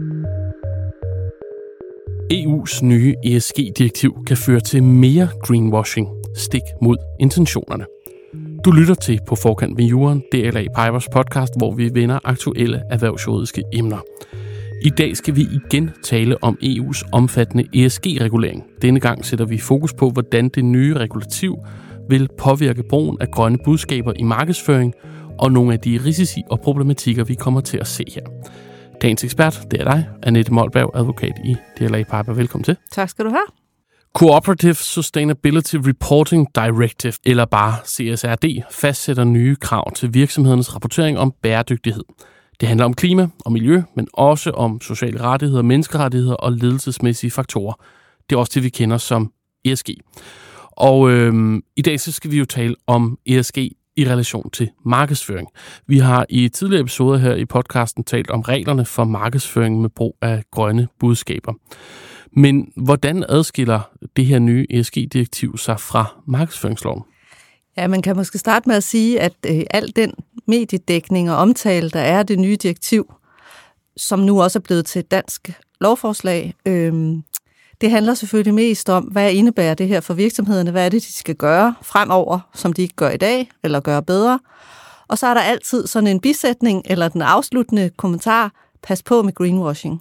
EU's nye ESG-direktiv kan føre til mere greenwashing, stik mod intentionerne. Du lytter til På forkant med juraen, DLA Pipers podcast, hvor vi vender aktuelle erhvervsjuridiske emner. I dag skal vi igen tale om EU's omfattende ESG-regulering. Denne gang sætter vi fokus på, hvordan det nye regulativ vil påvirke brugen af grønne budskaber i markedsføring og nogle af de risici og problematikker, vi kommer til at se her. Dagens ekspert, det er dig, Annette Molberg, advokat i DLA Piper. Velkommen til. Tak skal du have. Cooperative Sustainability Reporting Directive, eller bare CSRD, fastsætter nye krav til virksomhedernes rapportering om bæredygtighed. Det handler om klima og miljø, men også om sociale rettigheder, menneskerettigheder og ledelsesmæssige faktorer. Det er også det, vi kender som ESG. Og i dag så skal vi jo tale om ESG i relation til markedsføring. Vi har i tidligere episoder her i podcasten talt om reglerne for markedsføring med brug af grønne budskaber. Men hvordan adskiller det her nye ESG-direktiv sig fra markedsføringsloven? Ja, man kan måske starte med at sige, at al den mediedækning og omtale, der er det nye direktiv, som nu også er blevet til et dansk lovforslag, det handler selvfølgelig mest om, hvad indebærer det her for virksomhederne, hvad er det, de skal gøre fremover, som de ikke gør i dag, eller gør bedre. Og så er der altid sådan en bisætning, eller den afsluttende kommentar, pas på med greenwashing.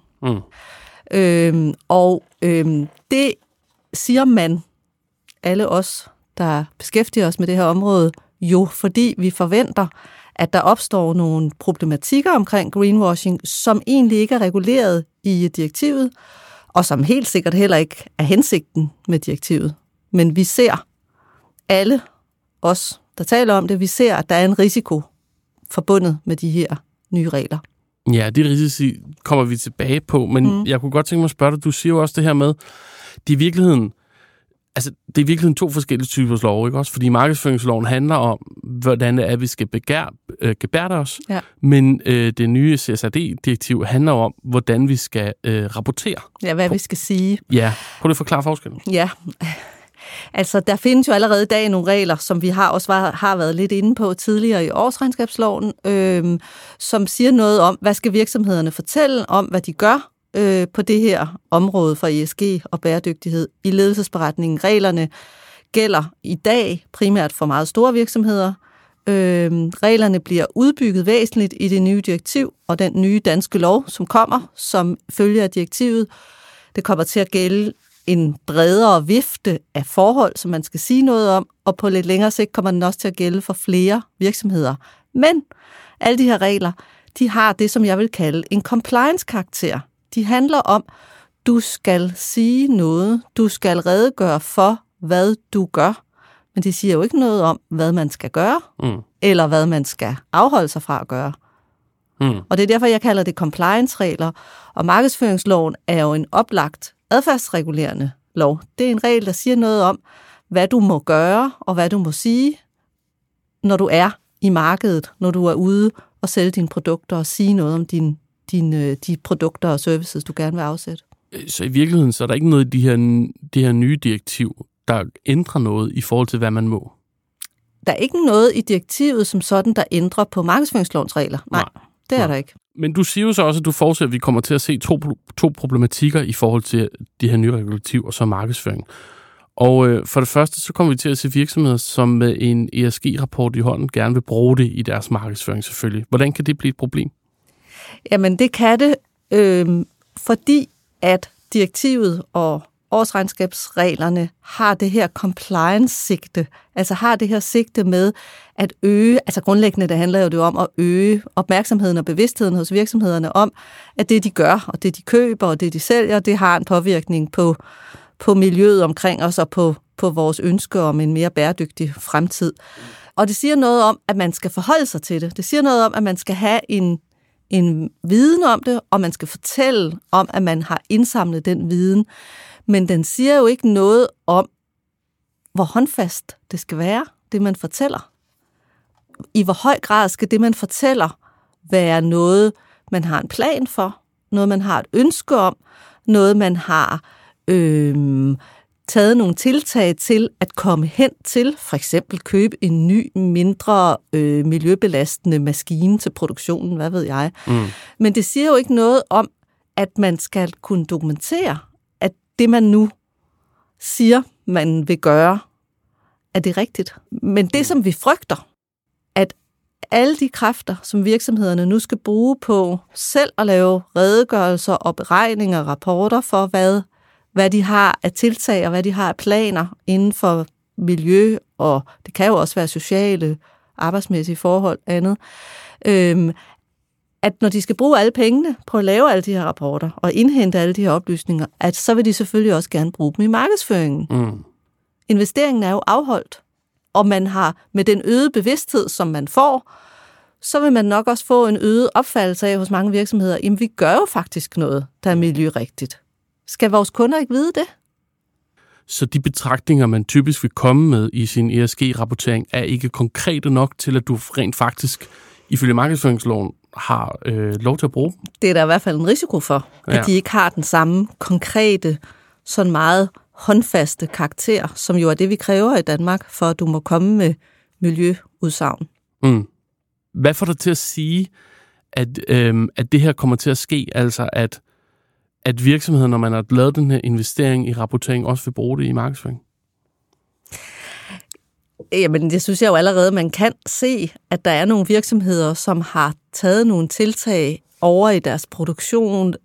Det siger man, alle os, der beskæftiger os med det her område, jo fordi vi forventer, at der opstår nogle problematikker omkring greenwashing, som egentlig ikke er reguleret i direktivet, og som helt sikkert heller ikke er hensigten med direktivet. Men vi ser alle os, der taler om det, vi ser, at der er en risiko forbundet med de her nye regler. Ja, de risici kommer vi tilbage på, men jeg kunne godt tænke mig at spørge dig, du siger jo også det her med, det er i virkeligheden to forskellige typer lov, ikke også? Fordi markedsføringsloven handler om, hvordan det er, vi skal gebærde os, ja. Men det nye CSRD-direktiv handler om, hvordan vi skal rapportere. Ja, hvad vi skal sige. Ja, prøv lige at forklare forskellen. Ja, altså der findes jo allerede i dag nogle regler, som vi har været lidt inde på tidligere i årsregnskabsloven, som siger noget om, hvad skal virksomhederne fortælle om, hvad de gør på det her område for ESG og bæredygtighed i ledelsesberetningen. Reglerne gælder i dag primært for meget store virksomheder. Reglerne bliver udbygget væsentligt i det nye direktiv og den nye danske lov, som kommer, som følger af direktivet. Det kommer til at gælde en bredere vifte af forhold, som man skal sige noget om, og på lidt længere sigt kommer den også til at gælde for flere virksomheder. Men alle de her regler, de har det, som jeg vil kalde en compliance-karakter. De handler om, du skal sige noget, du skal redegøre for, hvad du gør, men de siger jo ikke noget om, hvad man skal gøre, eller hvad man skal afholde sig fra at gøre. Og det er derfor, jeg kalder det compliance-regler, og markedsføringsloven er jo en oplagt adfærdsregulerende lov. Det er en regel, der siger noget om, hvad du må gøre, og hvad du må sige, når du er i markedet, når du er ude og sælge dine produkter og sige noget om de produkter og services, du gerne vil afsætte. Så i virkeligheden, så er der ikke noget i det her nye direktiv, der ændrer noget i forhold til, hvad man må? Der er ikke noget i direktivet som sådan, der ændrer på markedsføringslovens regler. Nej, det er der ikke. Men du siger jo så også, at du forudser, at vi kommer til at se to problematikker i forhold til de her nye regulativ og så markedsføring. Og for det første, så kommer vi til at se virksomheder, som med en ESG-rapport i hånden gerne vil bruge det i deres markedsføring selvfølgelig. Hvordan kan det blive et problem? Jamen det kan det, fordi at direktivet og årsregnskabsreglerne har det her compliance-sigte, altså har det her sigte med at øge, altså grundlæggende det handler jo det om at øge opmærksomheden og bevidstheden hos virksomhederne om, at det de gør, og det de køber, og det de sælger, det har en påvirkning på miljøet omkring os og på vores ønske om en mere bæredygtig fremtid. Og det siger noget om, at man skal forholde sig til det. Det siger noget om, at man skal have en viden om det, og man skal fortælle om, at man har indsamlet den viden. Men den siger jo ikke noget om, hvor håndfast det skal være, det man fortæller. I hvor høj grad skal det, man fortæller, være noget, man har en plan for, noget, man har et ønske om, noget, man har taget nogle tiltag til at komme hen til, for eksempel købe en ny, mindre miljøbelastende maskine til produktionen, hvad ved jeg. Men det siger jo ikke noget om at man skal kunne dokumentere, at det, man nu siger, man vil gøre, er det rigtigt. Men det, som vi frygter, at alle de kræfter, som virksomhederne nu skal bruge på selv at lave redegørelser og beregninger og rapporter for, hvad de har af tiltag og hvad de har af planer inden for miljø, og det kan jo også være sociale, arbejdsmæssige forhold, andet. At når de skal bruge alle pengene på at lave alle de her rapporter og indhente alle de her oplysninger, at så vil de selvfølgelig også gerne bruge dem i markedsføringen. Investeringen er jo afholdt, og man har med den øgede bevidsthed, som man får, så vil man nok også få en øget opfattelse af hos mange virksomheder, jamen vi gør jo faktisk noget, der er miljørigtigt. Skal vores kunder ikke vide det? Så de betragtninger, man typisk vil komme med i sin ESG-rapportering, er ikke konkrete nok til, at du rent faktisk, ifølge markedsføringsloven, har lov til at bruge? Det er der i hvert fald en risiko for, at de ikke har den samme konkrete, sådan meget håndfaste karakter, som jo er det, vi kræver i Danmark, for at du må komme med miljøudsagn. Hvad får dig til at sige, at det her kommer til at ske, altså at virksomheden, når man har lavet den her investering i rapportering, også vil bruge det i markedsføring? Jamen, det synes jeg jo allerede, man kan se, at der er nogle virksomheder, som har taget nogle tiltag over i deres produktion,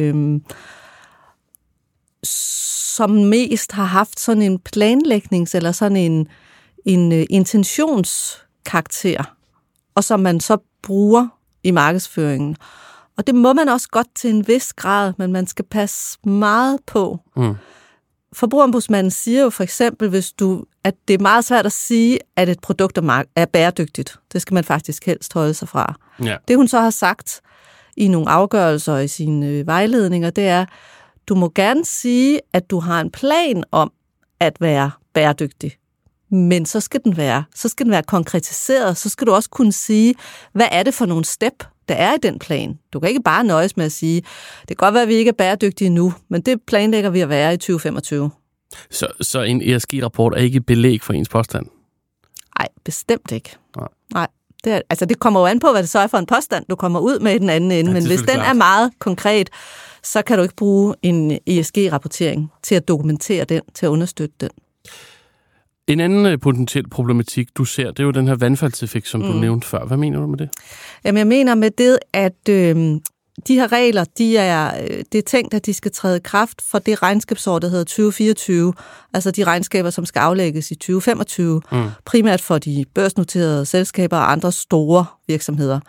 som mest har haft sådan en planlægnings- eller sådan en intentionskarakter, og som man så bruger i markedsføringen. Og det må man også godt til en vis grad, men man skal passe meget på. Forbrugerombudsmanden siger jo for eksempel, at det er meget svært at sige, at et produkt er bæredygtigt. Det skal man faktisk helst holde sig fra. Ja. Det hun så har sagt i nogle afgørelser og i sine vejledninger, det er, du må gerne sige, at du har en plan om at være bæredygtig. Men så skal den være konkretiseret. Så skal du også kunne sige, hvad er det for nogle step, der er i den plan. Du kan ikke bare nøjes med at sige, det kan godt være, at vi ikke er bæredygtige nu, men det planlægger vi at være i 2025. Så en ESG-rapport er ikke belæg for ens påstand? Nej, bestemt ikke. Nej. Det kommer jo an på, hvad det så er for en påstand, du kommer ud med i den anden ende. Men hvis den er meget konkret, så kan du ikke bruge en ESG-rapportering til at dokumentere den, til at understøtte den. En anden potentiel problematik, du ser, det er jo den her vandfaldseffekt, som du nævnte før. Hvad mener du med det? Jamen, jeg mener med det, at de her regler, det er tænkt, at de skal træde i kraft for det regnskabsår, der hedder 2024, altså de regnskaber, som skal aflægges i 2025, primært for de børsnoterede selskaber og andre store virksomheder.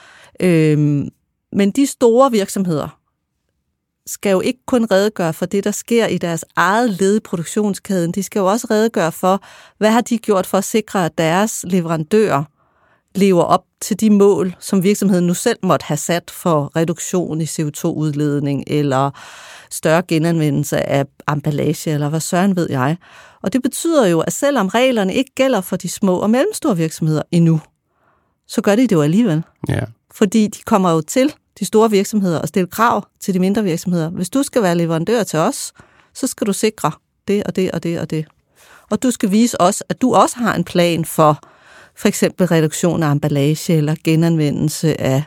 Men de store virksomheder skal jo ikke kun redegøre for det, der sker i deres eget led i produktionskæden. De skal jo også redegøre for, hvad har de gjort for at sikre, at deres leverandører lever op til de mål, som virksomheden nu selv måtte have sat for reduktion i CO2-udledning eller større genanvendelse af emballage, eller hvad søren ved jeg. Og det betyder jo, at selvom reglerne ikke gælder for de små og mellemstore virksomheder endnu, så gør de det jo alligevel. Ja. Fordi de kommer jo til de store virksomheder og stille krav til de mindre virksomheder. Hvis du skal være leverandør til os, så skal du sikre det og det og det og det. Og du skal vise os, at du også har en plan for eksempel reduktion af emballage eller genanvendelse af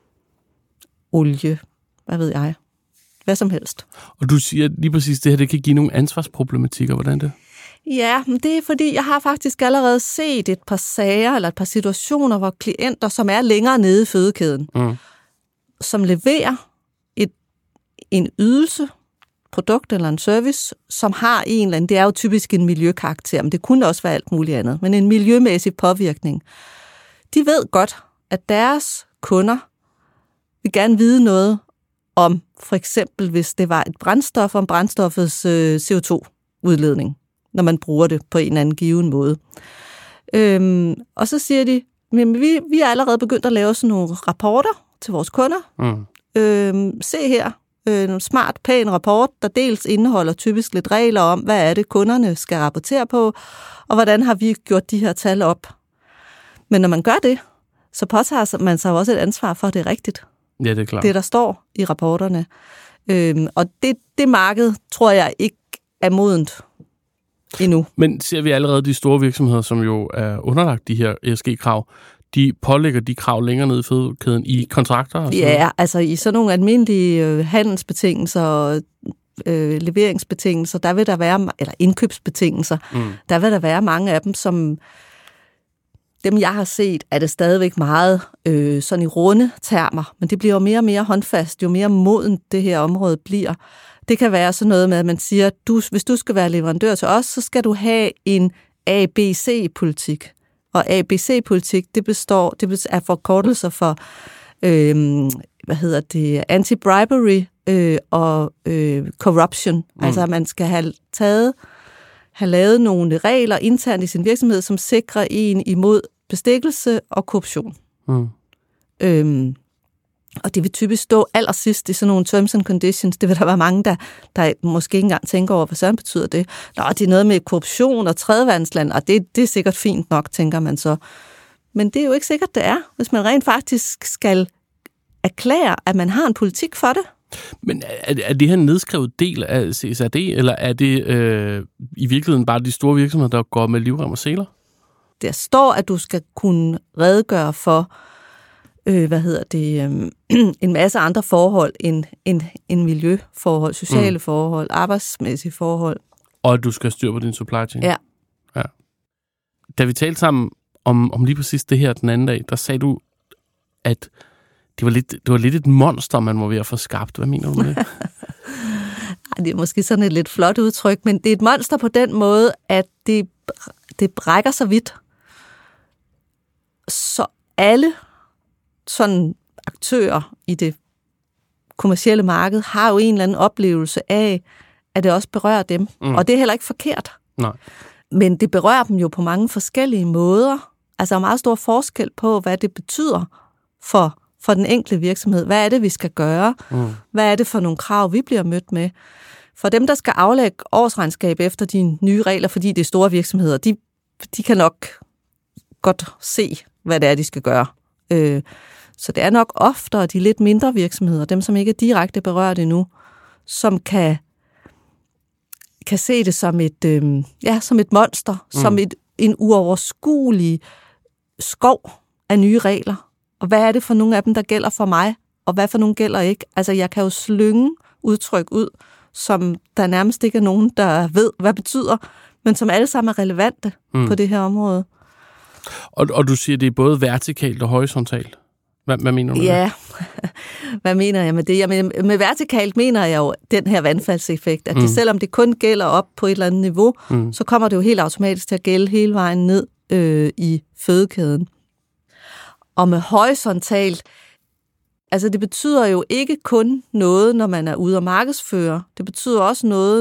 olie. Hvad ved jeg? Hvad som helst. Og du siger lige præcis, det her det kan give nogle ansvarsproblematikker. Hvordan det? Ja, men det er fordi, jeg har faktisk allerede set et par sager eller et par situationer, hvor klienter, som er længere nede i fødekæden, som leverer en ydelse, produkt eller en service, som har en eller anden, det er jo typisk en miljøkarakter, men det kunne også være alt muligt andet, men en miljømæssig påvirkning. De ved godt, at deres kunder vil gerne vide noget om, for eksempel hvis det var et brændstof, om brændstoffets CO2-udledning, når man bruger det på en eller anden given måde. Og så siger de, men vi er allerede begyndt at lave sådan nogle rapporter til vores kunder. Se her, en smart, pæn rapport, der dels indeholder typisk lidt regler om, hvad er det, kunderne skal rapportere på, og hvordan har vi gjort de her tal op. Men når man gør det, så påtager man sig også et ansvar for, at det er rigtigt. Ja, det er klart. Det, der står i rapporterne. Og det marked, tror jeg ikke er modent endnu. Men ser vi allerede de store virksomheder, som jo er underlagt de her ESG-krav, de pålægger de krav længere ned i fødekæden i kontrakter? Ja, altså i sådan nogle almindelige handelsbetingelser, leveringsbetingelser, der vil der være, eller indkøbsbetingelser, der vil der være mange af dem, som dem jeg har set, er det stadigvæk meget sådan i runde termer, men det bliver jo mere og mere håndfast, jo mere moden det her område bliver. Det kan være sådan noget med, at man siger, at hvis du skal være leverandør til os, så skal du have en ABC-politik. Og ABC-politik, det er forkortelser for anti-bribery og corruption. Altså at man skal have lavet nogle regler internt i sin virksomhed, som sikrer en imod bestikkelse og korruption. Og det vil typisk stå allersidst i sådan nogle terms and conditions. Det vil der være mange, der måske ikke engang tænker over, hvad sådan betyder det. Nå, det er noget med korruption og tredjeverdensland, og det er sikkert fint nok, tænker man så. Men det er jo ikke sikkert, det er, hvis man rent faktisk skal erklære, at man har en politik for det. Men er det her en nedskrevet del af CSRD, eller er det i virkeligheden bare de store virksomheder, der går med livrem og seler? Der står, at du skal kunne redegøre for en masse andre forhold end miljøforhold, sociale forhold, arbejdsmæssige forhold. Og at du skal styre på din supply chain. Ja. Da vi talte sammen om lige præcis det her den anden dag, der sagde du, at det var lidt et monster, man var ved at få skabt. Hvad mener du med det? Det er måske sådan et lidt flot udtryk, men det er et monster på den måde, at det brækker så vidt. Så alle sådan aktører i det kommercielle marked har jo en eller anden oplevelse af, at det også berører dem. Og det er heller ikke forkert. Nej. Men det berører dem jo på mange forskellige måder. Altså der er meget stor forskel på, hvad det betyder for den enkelte virksomhed. Hvad er det, vi skal gøre? Hvad er det for nogle krav, vi bliver mødt med? For dem, der skal aflægge årsregnskab efter de nye regler, fordi det er store virksomheder, de kan nok godt se, hvad det er, de skal gøre. Så det er nok oftere de lidt mindre virksomheder, dem som ikke er direkte berørt endnu, som kan se det som et monster, som en uoverskuelig skov af nye regler. Og hvad er det for nogle af dem, der gælder for mig, og hvad for nogle gælder ikke? Altså jeg kan jo slynge udtryk ud, som der nærmest ikke er nogen, der ved, hvad betyder, men som alle sammen er relevante på det her område. Og du siger, det er både vertikalt og horisontalt. Hvad mener du med det? Hvad mener jeg med det? Med vertikalt mener jeg jo den her vandfaldseffekt, at det, selvom det kun gælder op på et eller andet niveau, så kommer det jo helt automatisk til at gælde hele vejen ned i fødekæden. Og med horisontalt, altså det betyder jo ikke kun noget, når man er ude og markedsføre. Det betyder også noget,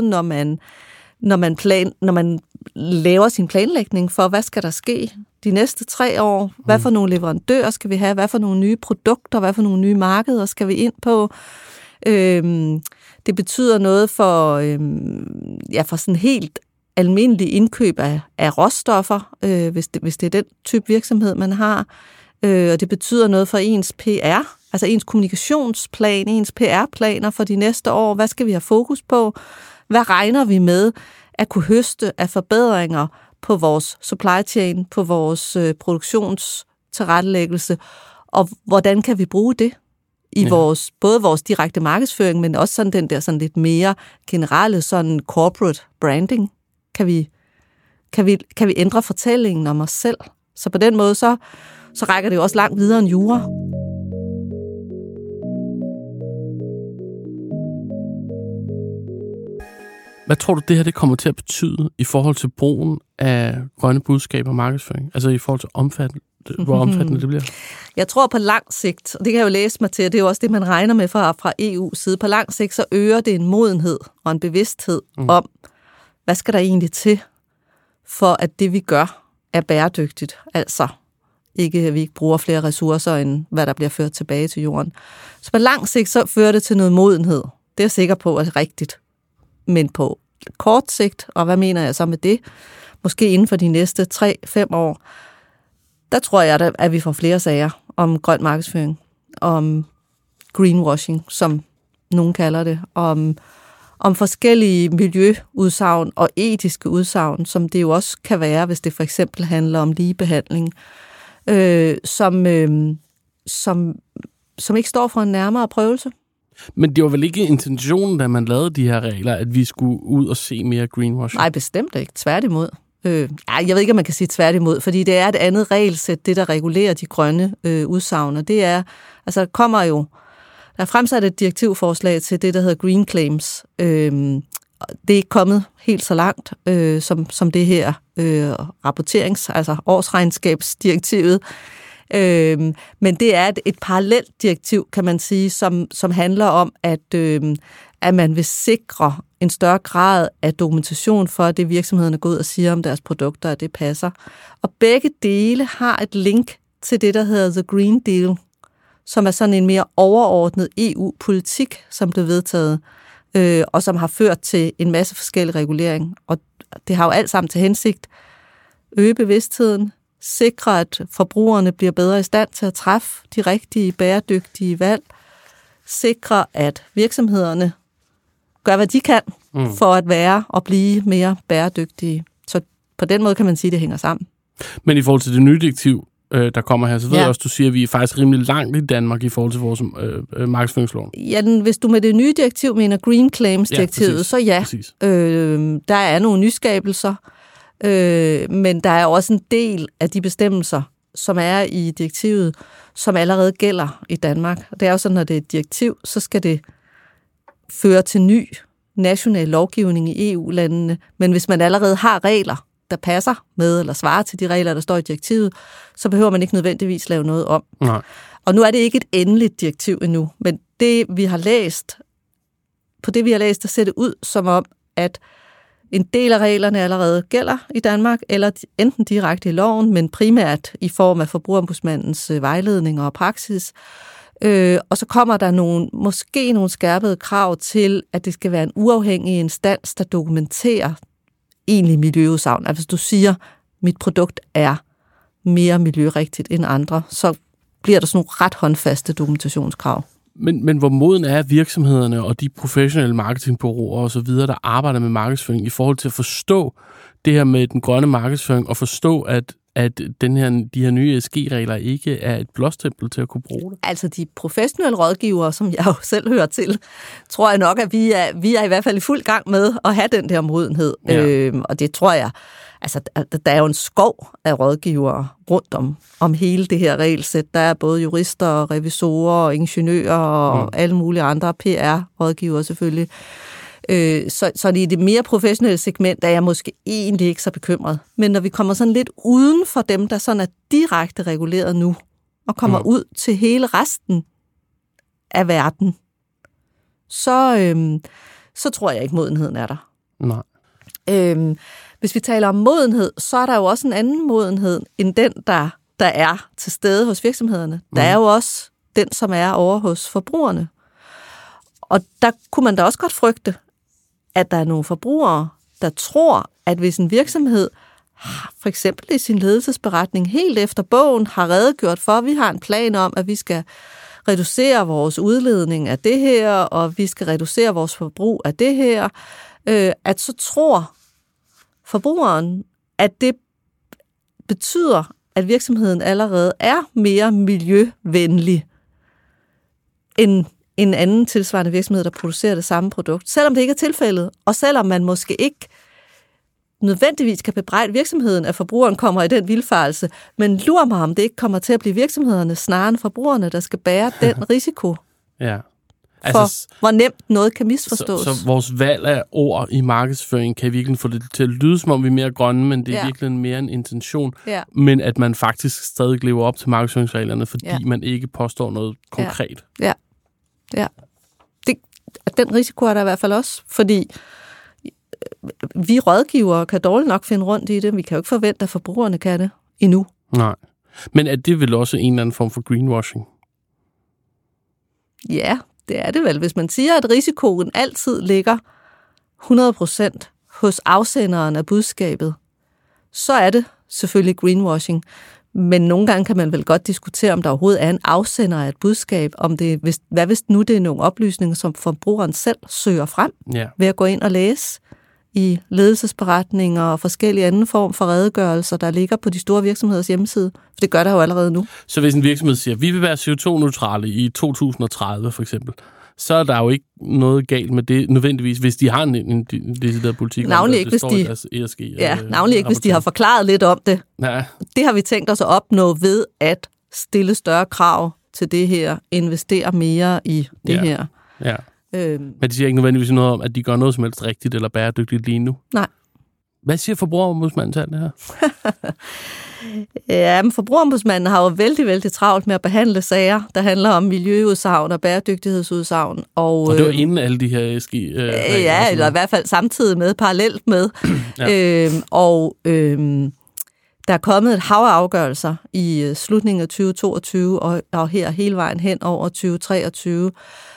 når man laver sin planlægning for, hvad skal der ske de næste 3 år? Hvad for nogle leverandører skal vi have? Hvad for nogle nye produkter? Hvad for nogle nye markeder skal vi ind på? Det betyder noget for sådan helt almindelig indkøb af råstoffer, hvis det er den type virksomhed, man har. Og det betyder noget for ens PR, altså ens kommunikationsplan, ens PR-planer for de næste år. Hvad skal vi have fokus på? Hvad regner vi med at kunne høste af forbedringer på vores supply chain, på vores produktionstilrettelæggelse, og hvordan kan vi bruge det i både vores direkte markedsføring, men også sådan den der sådan lidt mere generelle sådan corporate branding. Kan vi ændre fortællingen om os selv? Så på den måde så rækker det jo også langt videre end jura. Hvad tror du, det her kommer til at betyde i forhold til brugen af grønne budskaber og markedsføring? Altså i forhold til hvor omfattende det bliver? Jeg tror på lang sigt, og det kan jeg jo læse mig til, det er jo også det, man regner med fra EU's side. På lang sigt, så øger det en modenhed og en bevidsthed om, hvad skal der egentlig til, for at det, vi gør, er bæredygtigt. Altså ikke, at vi ikke bruger flere ressourcer, end hvad der bliver ført tilbage til jorden. Så på lang sigt, så fører det til noget modenhed. Det er jeg sikker på er rigtigt. Men på kort sigt, og hvad mener jeg så med det? Måske inden for de næste 3-5 år, der tror jeg, at vi får flere sager om grøn markedsføring, om greenwashing, som nogen kalder det, om forskellige miljøudsagn og etiske udsagn, som det jo også kan være, hvis det for eksempel handler om ligebehandling som ikke står for en nærmere prøvelse. Men det var vel ikke intentionen, da man lavede de her regler, at vi skulle ud og se mere greenwashing? Nej, bestemt ikke. Tværtimod. Jeg ved ikke, om man kan sige tværtimod, fordi det er et andet regelsæt, det der regulerer de grønne udsagn. Det er, altså kommer jo, der er fremsat et direktivforslag til det, der hedder Green Claims. Det er ikke kommet helt så langt, som det her altså årsregnskabsdirektivet. Men det er et parallelt direktiv, kan man sige, som handler om, at man vil sikre en større grad af dokumentation for, at det virksomhederne går ud og siger om deres produkter, at det passer. Og begge dele har et link til det, der hedder The Green Deal, som er sådan en mere overordnet EU-politik, som blev vedtaget, og som har ført til en masse forskellige regulering. Og det har jo alt sammen til hensigt øge bevidstheden, sikre, at forbrugerne bliver bedre i stand til at træffe de rigtige, bæredygtige valg, sikre, at virksomhederne gør, hvad de kan for at være og blive mere bæredygtige. Så på den måde kan man sige, at det hænger sammen. Men i forhold til det nye direktiv, der kommer her, så ved jeg også, du siger, at vi er faktisk rimelig langt i Danmark i forhold til vores markedsføringslov. Ja, hvis du med det nye direktiv mener Green Claims-direktivet, så ja. Der er nogle nyskabelser, men der er også en del af de bestemmelser, som er i direktivet, som allerede gælder i Danmark. Det er jo sådan, når det er et direktiv, så skal det føre til ny national lovgivning i EU-landene. Men hvis man allerede har regler, der passer med eller svarer til de regler, der står i direktivet, så behøver man ikke nødvendigvis lave noget om. Nej. Og nu er det ikke et endeligt direktiv endnu, men det vi har læst, der ser det ud som om, at en del af reglerne allerede gælder i Danmark, eller enten direkte i loven, men primært i form af Forbrugerombudsmandens vejledninger og praksis. Og så kommer der måske nogle skærpede krav til, at det skal være en uafhængig instans, der dokumenterer egentlig miljøudsagn. Altså hvis du siger, mit produkt er mere miljørigtigt end andre, så bliver der sådan nogle ret håndfaste dokumentationskrav. Men hvor moden er virksomhederne og de professionelle marketingbureauer og så videre, der arbejder med markedsføring i forhold til at forstå det her med den grønne markedsføring og forstå, at de her nye ESG-regler ikke er et blåstempel til at kunne bruge det? Altså de professionelle rådgivere, som jeg jo selv hører til, tror jeg nok, at vi er i hvert fald i fuld gang med at have den der modenhed. Ja. Og det tror jeg, altså der er jo en skov af rådgivere rundt om hele det her regelsæt. Der er både jurister, revisorer og ingeniører og alle mulige andre PR-rådgivere selvfølgelig. Så i det mere professionelle segment er jeg måske egentlig ikke så bekymret. Men når vi kommer sådan lidt uden for dem, der sådan er direkte reguleret nu, og kommer ud til hele resten af verden, så tror jeg ikke, modenheden er der. Nej. Hvis vi taler om modenhed, så er der jo også en anden modenhed end den, der er til stede hos virksomhederne. Der er jo også den, som er over hos forbrugerne. Og der kunne man da også godt frygte, at der er nogle forbrugere, der tror, at hvis en virksomhed, for eksempel i sin ledelsesberetning, helt efter bogen har redegjort for, at vi har en plan om, at vi skal reducere vores udledning af det her, og vi skal reducere vores forbrug af det her, at så tror forbrugeren, at det betyder, at virksomheden allerede er mere miljøvenlig end en anden tilsvarende virksomhed, der producerer det samme produkt. Selvom det ikke er tilfældet, og selvom man måske ikke nødvendigvis kan bebrejde virksomheden, at forbrugeren kommer i den vildfarelse, men lurer mig, om det ikke kommer til at blive virksomhederne snarere end forbrugerne, der skal bære den risiko. Ja. Altså, hvor nemt noget kan misforstås. Så vores valg af ord i markedsføring kan virkelig få det til at lyde, som om vi er mere grønne, men det er virkelig mere en intention. Ja. Men at man faktisk stadig lever op til markedsføringsreglerne, fordi man ikke påstår noget konkret. Ja. Den risiko er der i hvert fald også, fordi vi rådgivere kan dårligt nok finde rundt i det. Vi kan jo ikke forvente, at forbrugerne kan det endnu. Nej. Men er det vel også en eller anden form for greenwashing? Ja, det er det vel. Hvis man siger, at risikoen altid ligger 100% hos afsenderen af budskabet, så er det selvfølgelig greenwashing. Men nogle gange kan man vel godt diskutere, om der overhovedet er en afsender af et budskab, hvad hvis nu det er nogle oplysninger, som forbrugeren selv søger frem ved at gå ind og læse i ledelsesberetninger og forskellige anden form for redegørelser, der ligger på de store virksomheders hjemmeside. For det gør der jo allerede nu. Så hvis en virksomhed siger, at vi vil være CO2-neutrale i 2030 for eksempel, så er der jo ikke noget galt med det nødvendigvis, hvis de har en decideret politik. Navnlig ikke, hvis de har forklaret lidt om det. Ja. Det har vi tænkt os at opnå ved at stille større krav til det her, investere mere i det her. Ja. Men de siger ikke nødvendigvis noget om, at de gør noget som helst rigtigt eller bæredygtigt lige nu. Nej. Hvad siger Forbrugerombudsmanden til alt det her? Ja, men Forbrugerombudsmanden har jo vældig travlt med at behandle sager, der handler om miljøudsagn og bæredygtighedsudsagn. Og det var inden alle de her SG... ja, eller i hvert fald samtidig med, parallelt med. Ja. Der er kommet et hav af afgørelser i slutningen af 2022 og her hele vejen hen over 2023.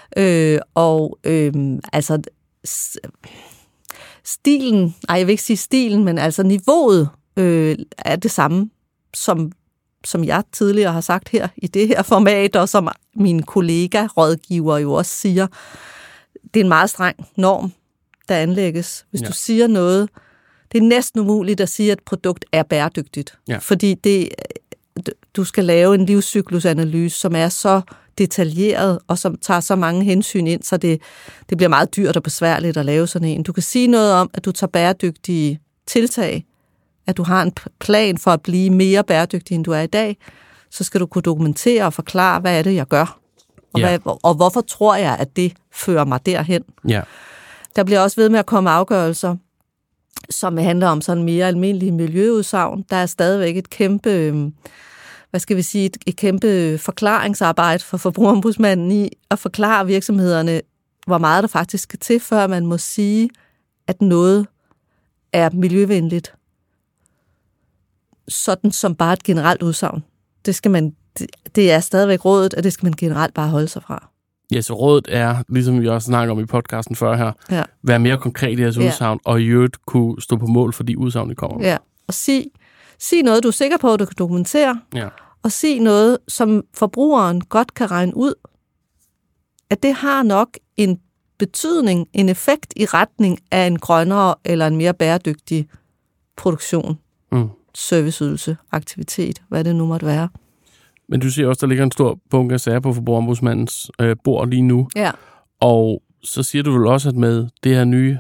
Stilen, jeg vil ikke sige stilen, men altså niveauet er det samme, som jeg tidligere har sagt her i det her format, og som mine kollega-rådgiver jo også siger. Det er en meget streng norm, der anlægges. Hvis du siger noget, det er næsten umuligt at sige, at et produkt er bæredygtigt. Ja. Fordi du skal lave en livscyklusanalyse, som er så detaljeret, og som tager så mange hensyn ind, så det bliver meget dyrt og besværligt at lave sådan en. Du kan sige noget om, at du tager bæredygtige tiltag, at du har en plan for at blive mere bæredygtig, end du er i dag, så skal du kunne dokumentere og forklare, hvad er det, jeg gør, og hvorfor tror jeg, at det fører mig derhen. Ja. Der bliver også ved med at komme afgørelser, som handler om sådan mere almindelige miljøudsagn. Der er stadigvæk et kæmpe... et kæmpe forklaringsarbejde for Forbrugerombudsmanden i at forklare virksomhederne, hvor meget der faktisk skal til, før man må sige, at noget er miljøvenligt. Sådan som bare et generelt udsagn. Det er stadigvæk rådet, og det skal man generelt bare holde sig fra. Ja, så rådet er, ligesom vi også snakker om i podcasten før her, være mere konkret i jeres udsagn, og i øvrigt kunne stå på mål for de udsagn, I kommer med. Ja, og sig noget, du er sikker på, at du kan dokumentere, og sig noget, som forbrugeren godt kan regne ud, at det har nok en betydning, en effekt i retning af en grønnere eller en mere bæredygtig produktion, serviceydelse, aktivitet, hvad det nu måtte være. Men du siger også, der ligger en stor bunke af sager på Forbrugerombudsmandens bord lige nu. Ja. Og så siger du vel også, at med det her nye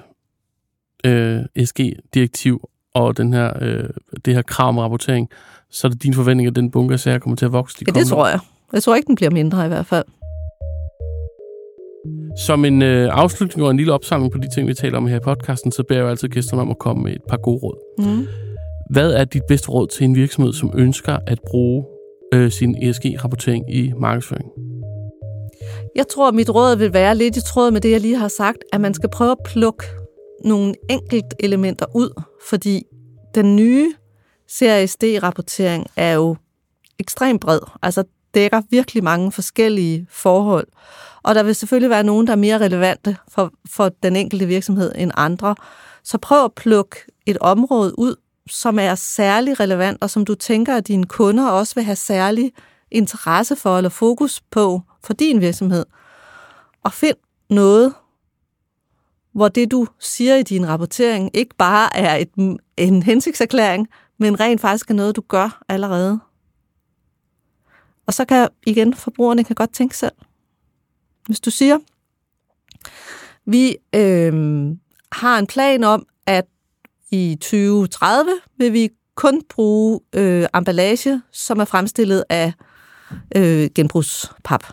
SG-direktiv og det her krav om rapportering, så er det din forventning, at den bunke af sager kommer til at vokse? Det tror jeg. Jeg tror ikke, den bliver mindre i hvert fald. Som en afslutning og en lille opsamling på de ting, vi taler om her i podcasten, så beder jeg jo altid gæsterne om at komme med et par gode råd. Hvad er dit bedste råd til en virksomhed, som ønsker at bruge sin ESG-rapportering i markedsføring? Jeg tror, at mit råd vil være lidt i tråd med det, jeg lige har sagt, at man skal prøve at plukke nogle enkelt elementer ud, fordi den nye CSRD-rapportering er jo ekstremt bred, altså dækker virkelig mange forskellige forhold, og der vil selvfølgelig være nogen, der er mere relevante for den enkelte virksomhed end andre. Så prøv at plukke et område ud, som er særlig relevant, og som du tænker, at dine kunder også vil have særlig interesse for eller fokus på for din virksomhed. Og find noget, hvor det, du siger i din rapportering, ikke bare er en hensigtserklæring, men rent faktisk er noget, du gør allerede. Og så kan forbrugerne kan godt tænke selv. Hvis du siger, vi har en plan om, at i 2030 vil vi kun bruge emballage, som er fremstillet af genbrugspap.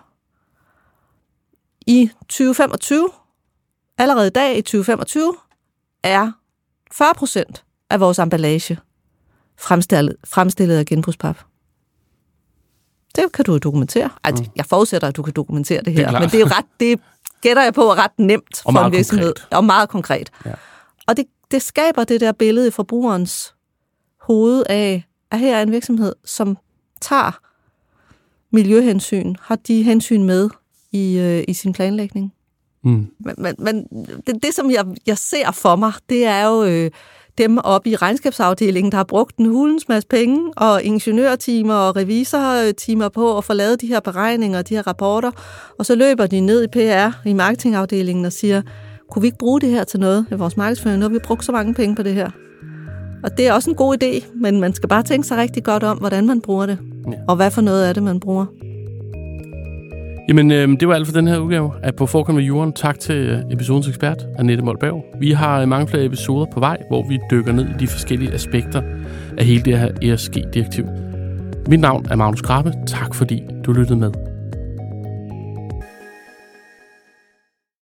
I 2025, allerede i dag i 2025, er 40% af vores emballage fremstillet af genbrugspap. Det kan du dokumentere. Jeg forudsætter, at du kan dokumentere det her, men det gætter jeg på er ret nemt for en virksomhed. Og meget konkret. Ja. Og det skaber det der billede i forbrugerens hoved af, at her er en virksomhed, som tager miljøhensyn, har de hensyn med i sin planlægning. Men det som jeg ser for mig, det er jo dem oppe i regnskabsafdelingen, der har brugt en hulens masse penge, og ingeniørtimer og revisortimer på at få lavet de her beregninger, de her rapporter, og så løber de ned i PR, i marketingafdelingen, og siger, kunne vi ikke bruge det her til noget i vores markedsføring? Nu har vi brugt så mange penge på det her. Og det er også en god idé, men man skal bare tænke sig rigtig godt om, hvordan man bruger det. Ja. Og hvad for noget af det, man bruger. Jamen, det var alt for den her udgave af På Forkant med Juraen. Tak til episodens ekspert, Annette Molberg. Vi har mange flere episoder på vej, hvor vi dykker ned i de forskellige aspekter af hele det her ESG-direktiv. Mit navn er Magnus Krabbe. Tak fordi du lyttede med.